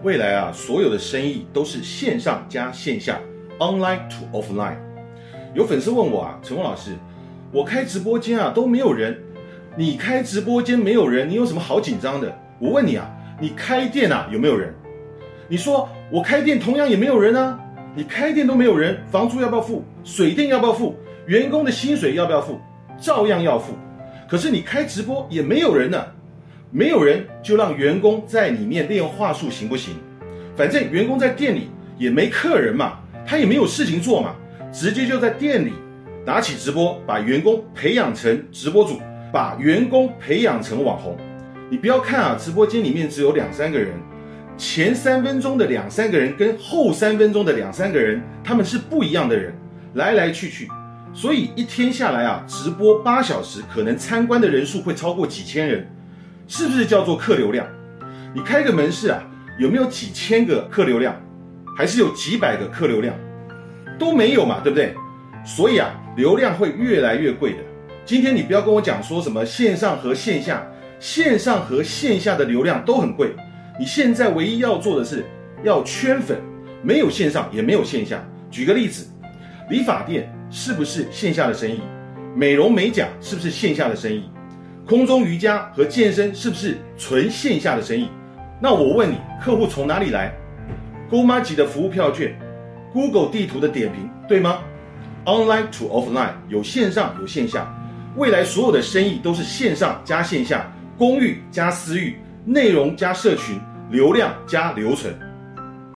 未来啊，所有的生意都是线上加线下 ，online to offline。有粉丝问我啊，陈峰老师，我开直播间啊都没有人，你开直播间没有人，你有什么好紧张的？我问你啊，你开店啊有没有人？你说我开店同样也没有人啊，你开店都没有人，房租要不要付？水电要不要付？员工的薪水要不要付？照样要付。可是你开直播也没有人呢，没有人就让员工在里面练话术行不行？反正员工在店里也没客人嘛，他也没有事情做嘛，直接就在店里拿起直播，把员工培养成直播主，把员工培养成网红。你不要看啊，直播间里面只有2-3个人，前3分钟的2-3个人跟后3分钟的2-3个人，他们是不一样的人，来来去去。所以一天下来啊，直播8小时，可能参观的人数会超过几千人，是不是叫做客流量？你开个门市啊，有没有几千个客流量？还是有几百个客流量？都没有嘛，对不对？所以啊，流量会越来越贵的。今天你不要跟我讲说什么线上和线下，线上和线下的流量都很贵。你现在唯一要做的是要圈粉，没有线上也没有线下。举个例子，理发店是不是线下的生意？美容美甲是不是线下的生意？空中瑜伽和健身是不是纯线下的生意？那我问你，客户从哪里来？GoMaji 的服务票券， Google 地图的点评，对吗？ Online to offline， 有线上有线下，未来所有的生意都是线上加线下，公域加私域，内容加社群，流量加留存。